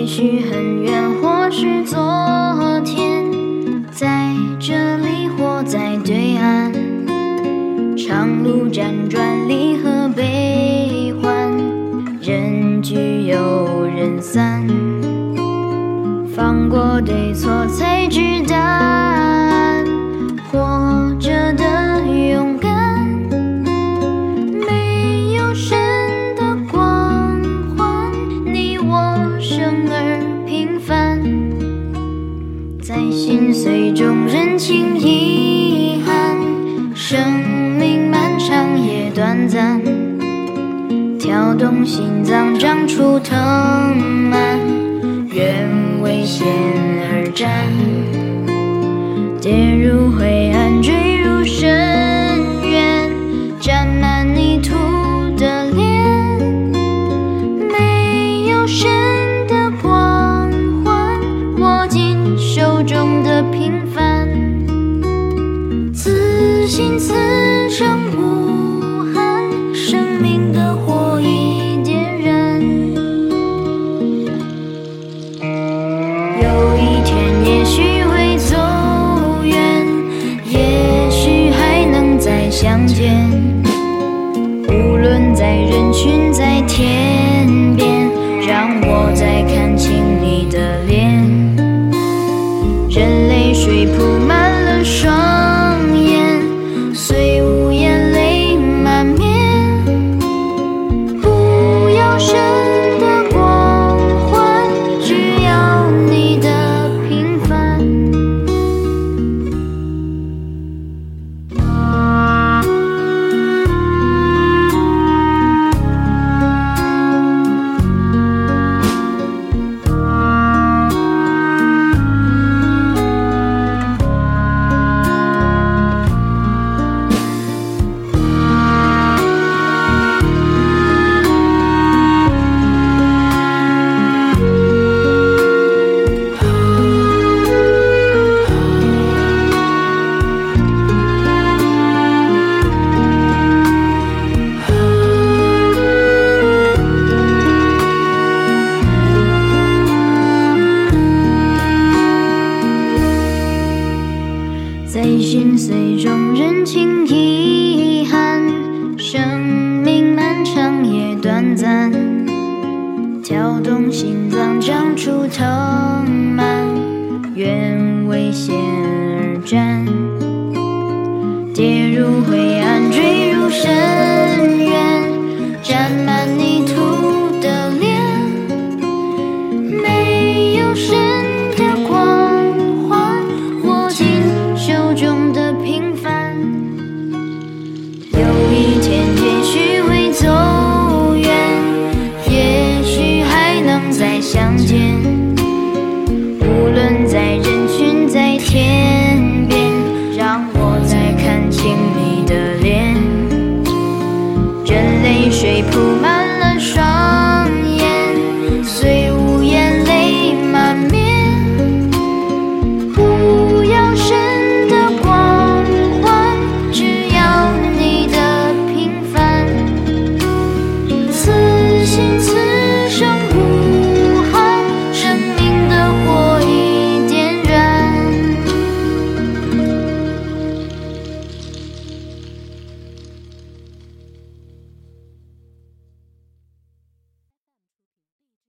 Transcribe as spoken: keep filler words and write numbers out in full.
许很远，或是昨天，在这里或在对岸，长路辗转，离合悲欢，人聚又人散，放过对错才知答案，活着的勇敢，没有神的光环，你我生而平凡，在心碎中认清遗憾，生命漫长也短暂，跳动心脏长出藤蔓，愿为险而战，跌入灰暗，坠入深渊，沾满泥土的脸，没有神的光环，握紧手中的平凡，自信此生无憾，生命的火已点燃。有一天也许会走远，也许还能再相见，无论在人群在天边，让我再看清你的脸，任泪水铺满了双眼，虽无言泪满面，不要神的光环，只要你的平凡。在心碎中认清遗憾，生命漫长也短暂，跳动心脏长出藤蔓，愿为险而战，跌入灰暗，坠入深渊，沾满泥土的脸，没有神的光环，握紧手中的平凡。有一天也许会走远，也许还能再相见，无论在人群在天边，让我再看清你的脸，任泪水铺满了双眼，虽无言泪满面，不要神的光环，只要你的平凡，此心此